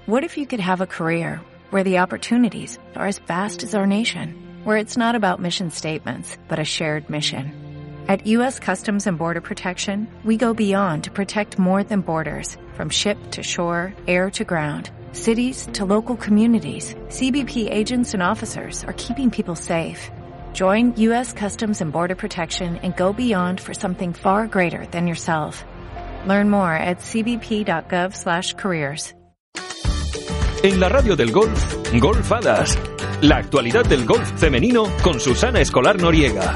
What if you could have a career where the opportunities are as vast as our nation, where it's not about mission statements, but a shared mission? At U.S. Customs and Border Protection, we go beyond to protect more than borders, from ship to shore, air to ground, cities to local communities. CBP agents and officers are keeping people safe. Join U.S. Customs and Border Protection and go beyond for something far greater than yourself. Learn more at cbp.gov/careers. En la radio del golf, Golfadas. La actualidad del golf femenino con Susana Escolar Noriega.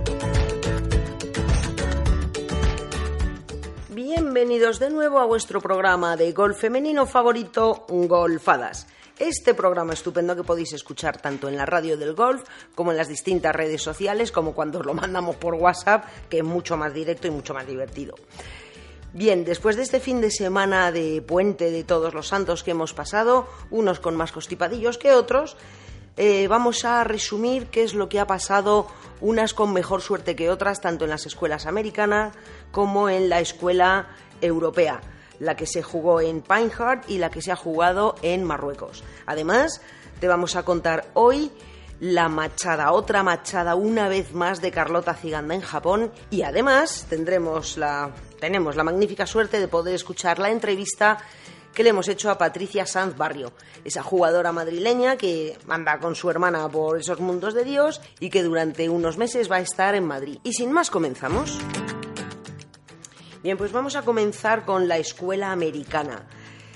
Bienvenidos de nuevo a vuestro programa de golf femenino favorito, Golfadas. Este programa estupendo que podéis escuchar tanto en la radio del golf como en las distintas redes sociales, como cuando os lo mandamos por WhatsApp, que es mucho más directo y mucho más divertido. Bien, después de este fin de semana de puente de Todos los Santos que hemos pasado, unos con más constipadillos que otros, vamos a resumir qué es lo que ha pasado, unas con mejor suerte que otras, tanto en las escuelas americanas como en la escuela europea, la que se jugó en Pinehurst y la que se ha jugado en Marruecos. Además, te vamos a contar hoy la machada, otra machada una vez más de Carlota Ciganda en Japón, y además tenemos la magnífica suerte de poder escuchar la entrevista que le hemos hecho a Patricia Sanz Barrio, esa jugadora madrileña que anda con su hermana por esos mundos de Dios y que durante unos meses va a estar en Madrid. Y sin más, comenzamos. Bien, pues vamos a comenzar con la escuela americana.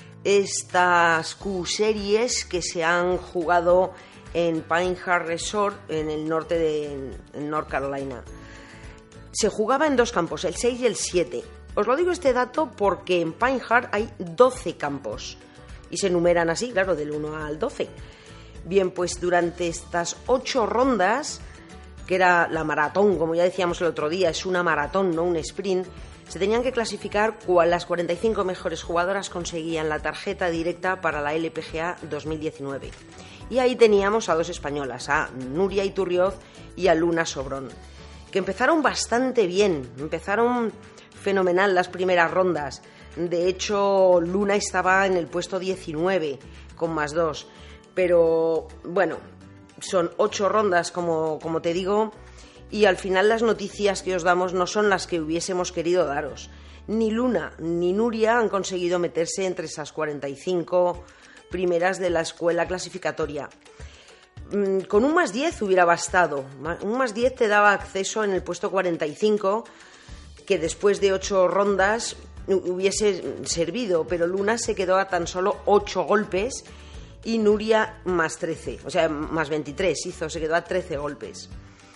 Estas Q-Series que se han jugado en Pinehurst Resort, en el norte de North Carolina. Se jugaba en dos campos, el 6 y el 7. Os lo digo este dato porque en Pinehurst hay 12 campos y se numeran así, claro, del 1 al 12. Bien, pues durante estas 8 rondas, que era la maratón, como ya decíamos el otro día, es una maratón, no un sprint, se tenían que clasificar las 45 mejores jugadoras conseguían la tarjeta directa para la LPGA 2019. Y ahí teníamos a dos españolas, a Nuria Iturrioz y a Luna Sobrón, que empezaron bastante bien, empezaron fenomenal las primeras rondas. De hecho, Luna estaba en el puesto 19 con +2, pero bueno, son 8 rondas como te digo, y al final las noticias que os damos no son las que hubiésemos querido daros. Ni Luna ni Nuria han conseguido meterse entre esas 45 primeras de la escuela clasificatoria. Con un +10 hubiera bastado. Un +10 te daba acceso en el puesto 45, que después de 8 rondas hubiese servido, pero Luna se quedó a tan solo 8 golpes y Nuria +13, o sea, +23 hizo, se quedó a 13 golpes.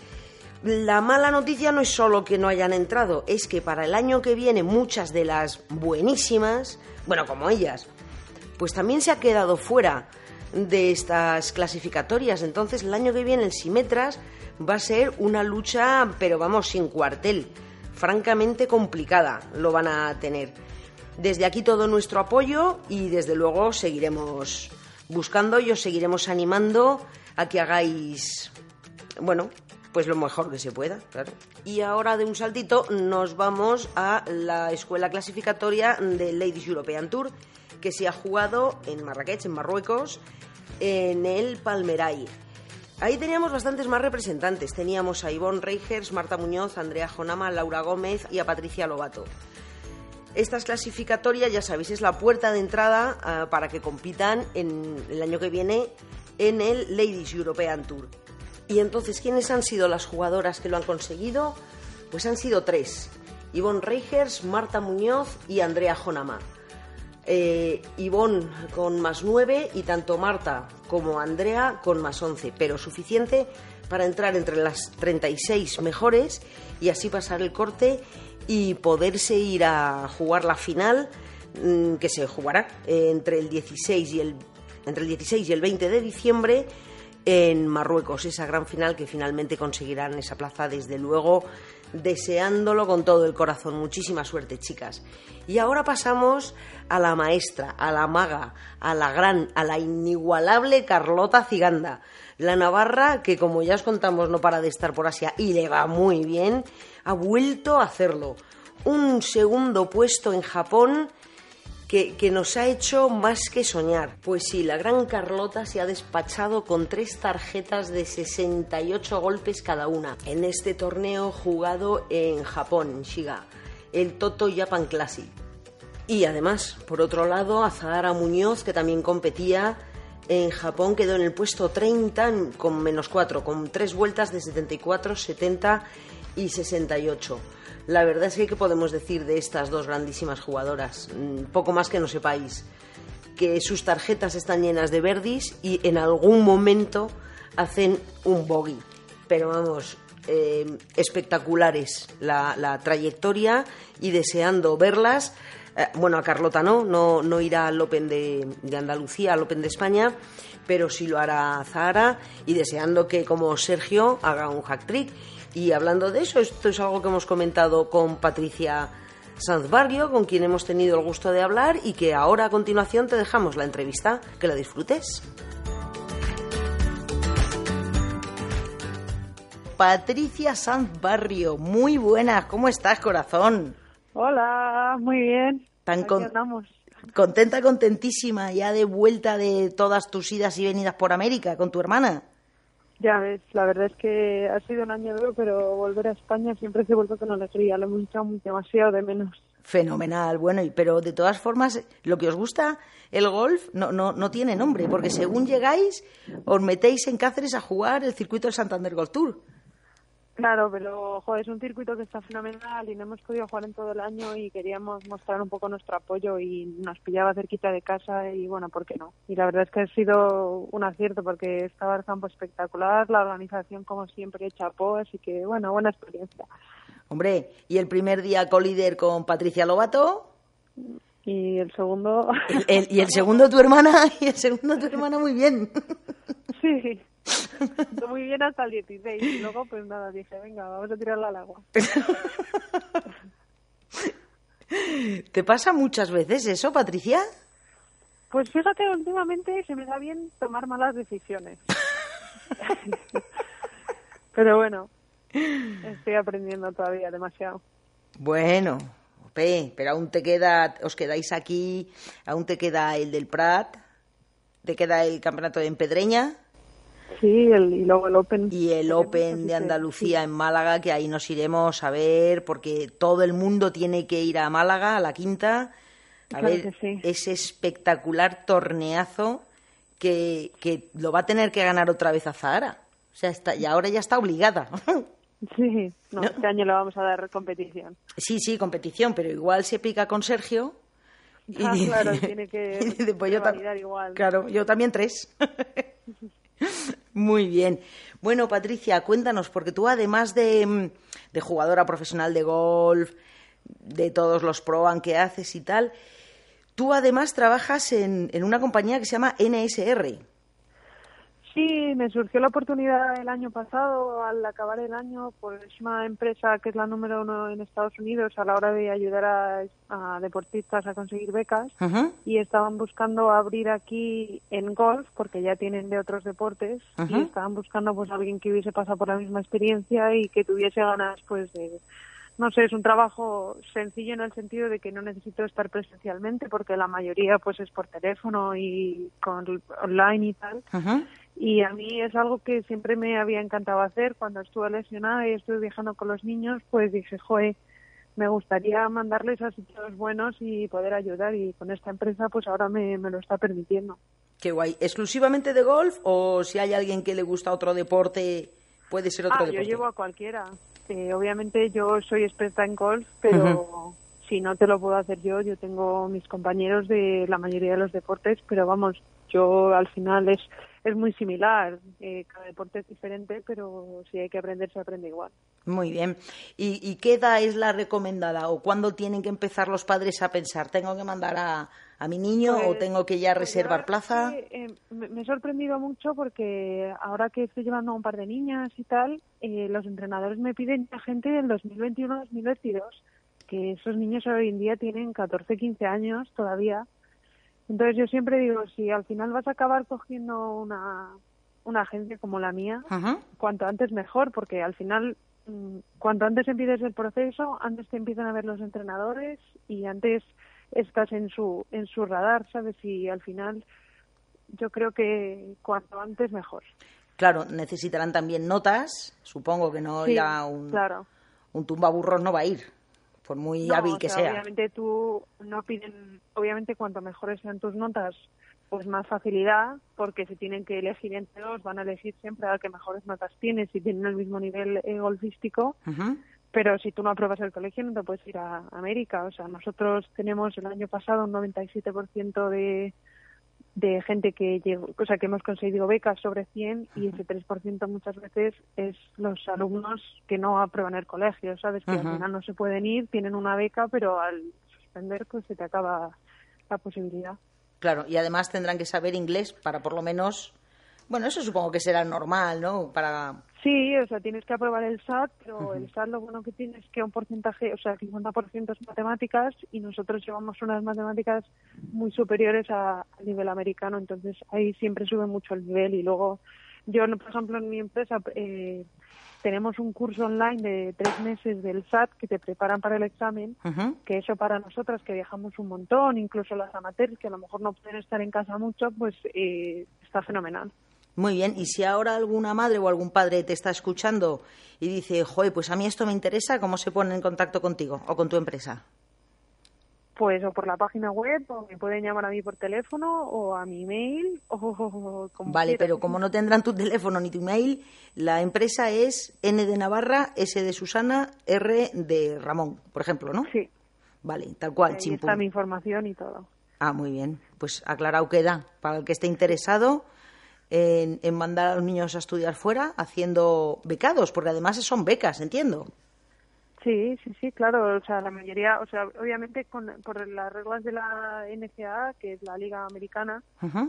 La mala noticia no es solo que no hayan entrado, es que para el año que viene muchas de las buenísimas, bueno, como ellas, pues también se ha quedado fuera de estas clasificatorias. Entonces el año que viene el Simetras va a ser una lucha, pero vamos, sin cuartel, francamente complicada lo van a tener. Desde aquí todo nuestro apoyo y desde luego seguiremos buscando y os seguiremos animando a que hagáis, bueno, pues lo mejor que se pueda, claro. Y ahora de un saltito nos vamos a la escuela clasificatoria del Ladies European Tour, que se ha jugado en Marrakech, en Marruecos, en el Palmeray. Ahí teníamos bastantes más representantes. Teníamos a Ivonne Reigers, Marta Muñoz, Andrea Jonama, Laura Gómez y a Patricia Lobato. Estas clasificatorias, ya sabéis, es la puerta de entrada para que compitan en el año que viene en el Ladies European Tour. Y entonces, ¿quiénes han sido las jugadoras que lo han conseguido? Pues han sido 3. Ivonne Reigers, Marta Muñoz y Andrea Jonama. Ivonne con +9 y tanto Marta como Andrea con +11, pero suficiente para entrar entre las 36 mejores y así pasar el corte y poderse ir a jugar la final, que se jugará entre el 16 y el 20 de diciembre en Marruecos, esa gran final que finalmente conseguirán esa plaza, desde luego, deseándolo con todo el corazón. Muchísima suerte, chicas. Y ahora pasamos a la maestra, a la maga, a la inigualable Carlota Ciganda, la navarra que, como ya os contamos, no para de estar por Asia y le va muy bien, ha vuelto a hacerlo. Un segundo puesto en Japón que nos ha hecho más que soñar. Pues sí, la gran Carlota se ha despachado con 3 tarjetas de 68 golpes cada una en este torneo jugado en Japón, en Shiga, el Toto Japan Classic. Y además, por otro lado, Azahara Muñoz, que también competía en Japón, quedó en el puesto 30 con -4, con 3 vueltas de 74, 70 y 68. La verdad es que ¿qué podemos decir de estas dos grandísimas jugadoras? Poco más que no sepáis. Que sus tarjetas están llenas de birdies y en algún momento hacen un bogey. Pero vamos, espectaculares la trayectoria y deseando verlas. Bueno, a Carlota no irá al Open de Andalucía, al Open de España, pero sí lo hará Azahara, y deseando que, como Sergio, haga un hat-trick. Y hablando de eso, esto es algo que hemos comentado con Patricia Sanz Barrio, con quien hemos tenido el gusto de hablar, y que ahora a continuación te dejamos la entrevista. Que la disfrutes. Patricia Sanz Barrio, muy buenas, ¿cómo estás, corazón? Hola, muy bien. Aquí andamos. Contenta, contentísima, ya de vuelta de todas tus idas y venidas por América con tu hermana. Ya ves, la verdad es que ha sido un año duro, pero volver a España siempre se vuelve con alegría, lo hemos echado demasiado de menos. Fenomenal, bueno, pero de todas formas, lo que os gusta, el golf, no tiene nombre, porque según llegáis, os metéis en Cáceres a jugar el circuito del Santander Golf Tour. Claro, pero joder, es un circuito que está fenomenal y no hemos podido jugar en todo el año y queríamos mostrar un poco nuestro apoyo y nos pillaba cerquita de casa y bueno, ¿por qué no? Y la verdad es que ha sido un acierto porque estaba el campo espectacular, la organización como siempre chapó, así que bueno, buena experiencia. Hombre, ¿y el primer día co-líder con Patricia Lobato? Y el segundo... Y el segundo tu hermana, muy bien. Sí. Muy bien hasta el 16 y luego pues nada, dije, venga, vamos a tirarla al agua. ¿Te pasa muchas veces eso, Patricia? Pues fíjate, últimamente se me da bien tomar malas decisiones. Pero bueno, estoy aprendiendo todavía demasiado. Bueno, pero aún os quedáis aquí, aún te queda el del Prat, te queda el campeonato de Empedreña. Sí, y luego el Open. Y el Open de Andalucía, sí, en Málaga, que ahí nos iremos a ver, porque todo el mundo tiene que ir a Málaga, a la Quinta, a ver ese espectacular torneazo que lo va a tener que ganar otra vez Azahara. O sea, y ahora ya está obligada. Sí, ¿no? Este año le vamos a dar competición. Sí, competición, pero igual se pica con Sergio. Claro, tiene que validar igual. Claro, yo también 3. Muy bien. Bueno, Patricia, cuéntanos, porque tú además de jugadora profesional de golf, de todos los pro-am que haces y tal, tú además trabajas en una compañía que se llama NSR. Sí, me surgió la oportunidad el año pasado, al acabar el año, pues es una empresa que es la número 1 en Estados Unidos a la hora de ayudar a deportistas a conseguir becas. Uh-huh. Y estaban buscando abrir aquí en golf, porque ya tienen de otros deportes, uh-huh, y estaban buscando pues alguien que hubiese pasado por la misma experiencia y que tuviese ganas pues de... No sé, es un trabajo sencillo en el sentido de que no necesito estar presencialmente, porque la mayoría pues es por teléfono y con online y tal. Uh-huh. Y a mí es algo que siempre me había encantado hacer. Cuando estuve lesionada y estuve viajando con los niños, pues dije, joder, me gustaría mandarles a sitios buenos y poder ayudar. Y con esta empresa, pues ahora me lo está permitiendo. Qué guay. ¿Exclusivamente de golf o si hay alguien que le gusta otro deporte, puede ser otro deporte? Yo llevo a cualquiera. Obviamente yo soy experta en golf, pero uh-huh, si no te lo puedo hacer yo tengo mis compañeros de la mayoría de los deportes, pero vamos, yo al final es muy similar, cada deporte es diferente, pero si hay que aprender, se aprende igual. Muy bien. ¿Y qué edad es la recomendada o cuándo tienen que empezar los padres a pensar, tengo que mandar a mi niño o tengo que ya reservar plaza? Me he sorprendido mucho porque ahora que estoy llevando a un par de niñas y tal, los entrenadores me piden a gente del 2021-2022, que esos niños hoy en día tienen 14, 15 años todavía. Entonces yo siempre digo, si al final vas a acabar cogiendo una agencia como la mía, uh-huh, cuanto antes mejor, porque al final, cuanto antes empieces el proceso, antes te empiezan a ver los entrenadores y antes estás en su radar, ¿sabes? Y al final yo creo que cuanto antes mejor. Claro, necesitarán también notas, supongo que no Sí, irá claro. un tumbaburros no va a ir, por muy No, hábil que sea. Obviamente tú no piden, obviamente cuanto mejores sean tus notas, pues más facilidad, porque si tienen que elegir entre dos, van a elegir siempre al que mejores notas tiene, si tienen el mismo nivel golfístico. Ujú. Pero si tú no apruebas el colegio no te puedes ir a América. O sea, nosotros tenemos el año pasado un 97% de gente que llegó, o sea, que hemos conseguido becas sobre 100 y ese 3% muchas veces es los alumnos que no aprueban el colegio, ¿sabes? Que al final no se pueden ir, tienen una beca, pero al suspender pues se te acaba la posibilidad. Claro, y además tendrán que saber inglés para por lo menos... Bueno, eso supongo que será normal, ¿no? Para... Sí, o sea, tienes que aprobar el SAT, pero el SAT lo bueno que tiene es que un porcentaje, o sea, el 50% es matemáticas y nosotros llevamos unas matemáticas muy superiores al nivel americano, entonces ahí siempre sube mucho el nivel. Y luego yo, por ejemplo, en mi empresa tenemos un curso online de 3 meses del SAT que te preparan para el examen, que eso para nosotras que viajamos un montón, incluso las amateurs que a lo mejor no pueden estar en casa mucho, pues está fenomenal. Muy bien, y si ahora alguna madre o algún padre te está escuchando y dice, joder, pues a mí esto me interesa, ¿cómo se pone en contacto contigo o con tu empresa? Pues o por la página web, o me pueden llamar a mí por teléfono, o a mi email, o como Vale, quieran. pero como no tendrán tu teléfono ni tu email, la empresa es N de Navarra, S de Susana, R de Ramón, por ejemplo, ¿no? Sí. Vale, tal cual, Ahí chimpum. está mi información y todo. Ah, muy bien. Pues aclarado queda. Para el que esté interesado en mandar a los niños a estudiar fuera, haciendo becados, porque además son becas, entiendo. Sí, claro. O sea, la mayoría, o sea, obviamente por las reglas de la NCAA, que es la Liga Americana,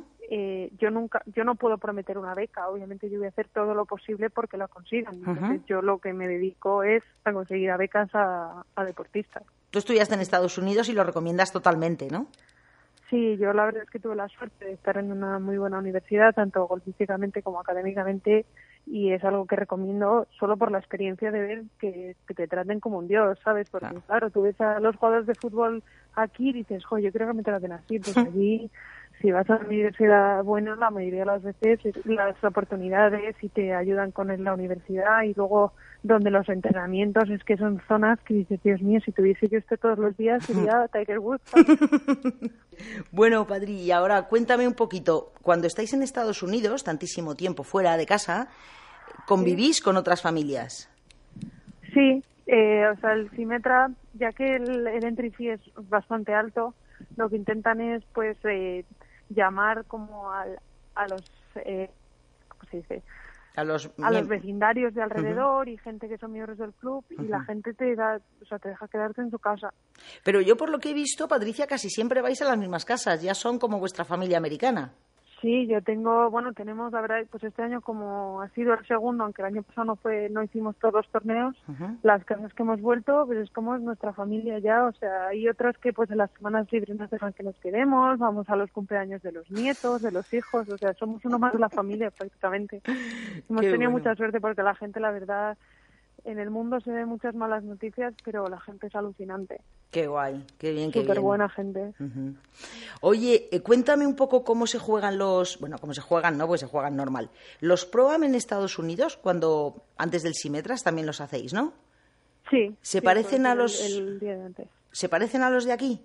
yo no puedo prometer una beca. Obviamente yo voy a hacer todo lo posible porque la consigan. Entonces yo lo que me dedico es a conseguir becas a deportistas. Tú estudiaste en Estados Unidos y lo recomiendas totalmente, ¿no? Sí, yo la verdad es que tuve la suerte de estar en una muy buena universidad, tanto golfísticamente como académicamente, y es algo que recomiendo solo por la experiencia de ver que te traten como un dios, ¿sabes? Porque claro, tú ves a los jugadores de fútbol aquí y dices, jo, yo creo que me traten así, pues allí, si vas a una universidad buena, la mayoría de las veces las oportunidades y te ayudan con la universidad, y luego donde los entrenamientos es que son zonas que dices, Dios mío, si tuviese yo esto todos los días sería Tiger Woods, ¿sabes? Bueno, Padri, y ahora cuéntame un poquito, cuando estáis en Estados Unidos, tantísimo tiempo fuera de casa, ¿convivís con otras familias? Sí, o sea, el Symetra, ya que el entry fee es bastante alto, lo que intentan es, pues, llamar como a los, ¿cómo se dice? A los vecindarios de alrededor y gente que son miembros del club, y la gente te deja quedarte en su casa. Pero yo, por lo que he visto, Patricia, casi siempre vais a las mismas casas, ya son como vuestra familia americana. Sí, tenemos, la verdad, pues este año, como ha sido el segundo, aunque el año pasado no hicimos todos los torneos, las casas que hemos vuelto, pues es como nuestra familia ya. O sea, hay otras que pues en las semanas libres nos dejan que nos quedemos, vamos a los cumpleaños de los nietos, de los hijos, o sea, somos uno más de la familia prácticamente. Hemos tenido mucha suerte porque la gente, la verdad, en el mundo se ven muchas malas noticias, pero la gente es alucinante. Qué guay, qué bien, qué bien. Súper buena gente. Oye, cuéntame un poco cómo se juegan cómo se juegan, no, pues se juegan normal. Los Pro-Am en Estados Unidos, antes del Symetras, también los hacéis, ¿no? Sí. ¿Se parecen a los... El día de antes. ¿Se parecen a los de aquí?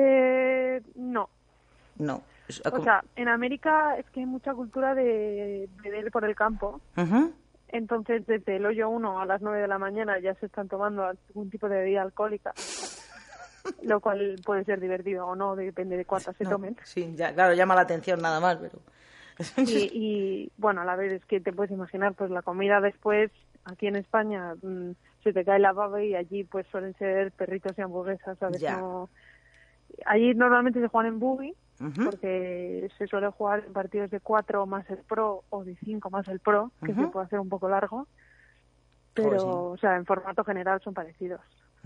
No. No. O sea, en América es que hay mucha cultura de beber por el campo. Entonces, desde el hoyo 1 a las 9 de la mañana ya se están tomando algún tipo de bebida alcohólica, lo cual puede ser divertido o no, depende de cuántas se tomen. Sí, ya, claro, llama la atención nada más, pero... y bueno, a la vez es que te puedes imaginar, pues la comida después, aquí en España, se te cae la baba, y allí pues suelen ser perritos y hamburguesas, ¿sabes? No... Allí normalmente se juegan en buggy, porque se suele jugar en partidos de 4 más el pro o de 5 más el pro, que se puede hacer un poco largo, pero o sea, en formato general son parecidos.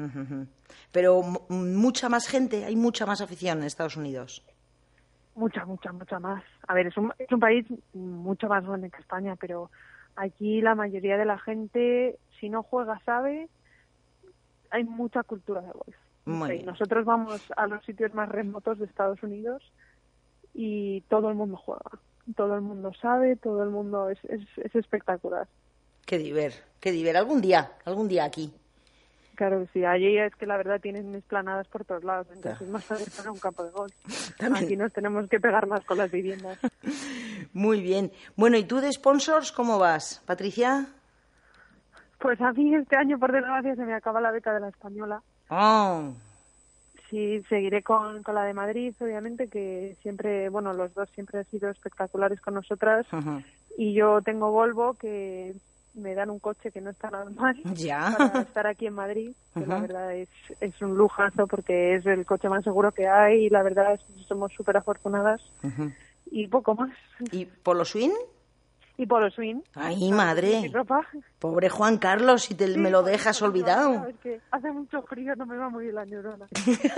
Pero mucha más gente, hay mucha más afición en Estados Unidos. Mucha más. A ver, es un país mucho más grande que España, pero aquí la mayoría de la gente, si no juega, sabe. Hay mucha cultura de golf. Muy bien. Nosotros vamos a los sitios más remotos de Estados Unidos y todo el mundo juega. Todo el mundo sabe, todo el mundo es espectacular. Qué diver. Algún día aquí. Claro que sí, allí es que la verdad tienen esplanadas por todos lados, entonces es más fácil para un campo de golf. También. Aquí nos tenemos que pegar más con las viviendas. Muy bien. Bueno, ¿y tú de sponsors cómo vas, Patricia? Pues a mí este año, por desgracia, se me acaba la beca de la Española. Oh. Sí, seguiré con la de Madrid, obviamente, que siempre, bueno, los dos siempre han sido espectaculares con nosotras. Uh-huh. Y yo tengo Volvo, que me dan un coche que no está nada mal Ya. para estar aquí en Madrid, que Uh-huh. la verdad es un lujazo porque es el coche más seguro que hay y la verdad es que somos súper afortunadas. Uh-huh. Y poco más. ¿Y Polo Swing? Y Polo Swing. Ay, madre. Mi ropa. Pobre Juan Carlos, si Sí, me lo dejas olvidado. no, es que hace mucho frío, no me va muy bien la neurona.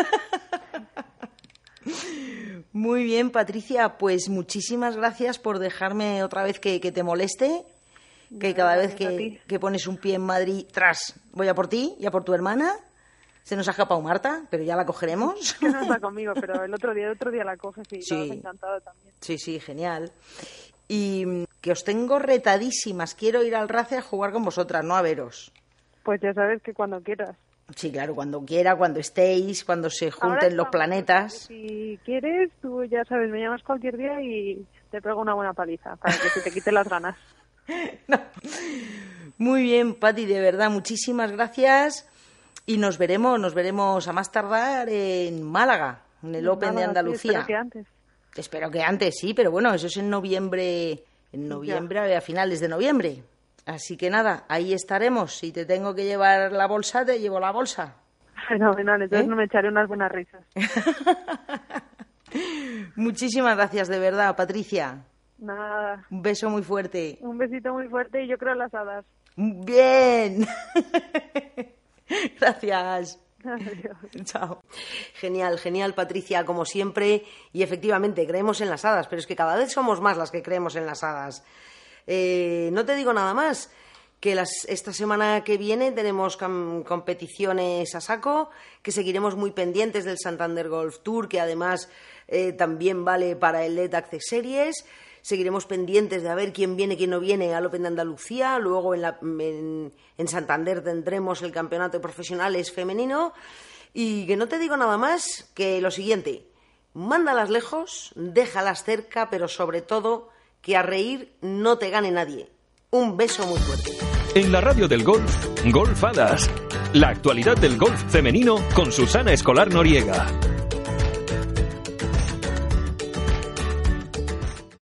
Muy bien, Patricia, pues muchísimas gracias por dejarme otra vez que te moleste, que cada vez que pones un pie en Madrid, voy a por ti y a por tu hermana. Se nos ha escapado Marta, pero ya la cogeremos. Que no está conmigo, pero el otro día la coges y Sí. estás encantado también. Sí, genial. Y que os tengo retadísimas. Quiero ir al RACE a jugar con vosotras, no a veros. Pues ya sabes que cuando quieras. Sí, claro, cuando quiera, cuando estéis, cuando se Ahora junten los estamos, planetas. Si quieres, tú ya sabes, me llamas cualquier día y te pego una buena paliza para que se te quite las ganas. No. Muy bien, Pati, de verdad, muchísimas gracias. Y nos veremos a más tardar en Málaga, en el Open de Andalucía. Sí, espero que antes. Espero que antes, sí, pero bueno, eso es en noviembre, a finales de noviembre. Así que nada, ahí estaremos. Si te tengo que llevar la bolsa, te llevo la bolsa. Fenomenal, entonces no me echaré unas buenas risas. Muchísimas gracias, de verdad, Patricia. Nada. Un beso muy fuerte. Un besito muy fuerte y yo creo en las hadas. Bien. Gracias. Adiós. Chao. Genial, Patricia, como siempre. Y efectivamente, creemos en las hadas, pero es que cada vez somos más las que creemos en las hadas. No te digo nada más, que esta semana que viene tenemos competiciones a saco, que seguiremos muy pendientes del Santander Golf Tour, que además también vale para el LED Access Series. Seguiremos pendientes de a ver quién viene, quién no viene al Open de Andalucía. Luego en Santander tendremos el campeonato de profesionales femenino. Y que no te digo nada más que lo siguiente: mándalas lejos, déjalas cerca, pero sobre todo que a reír no te gane nadie. Un beso muy fuerte. En la radio del golf, Golfadas. La actualidad del golf femenino con Susana Escolar Noriega.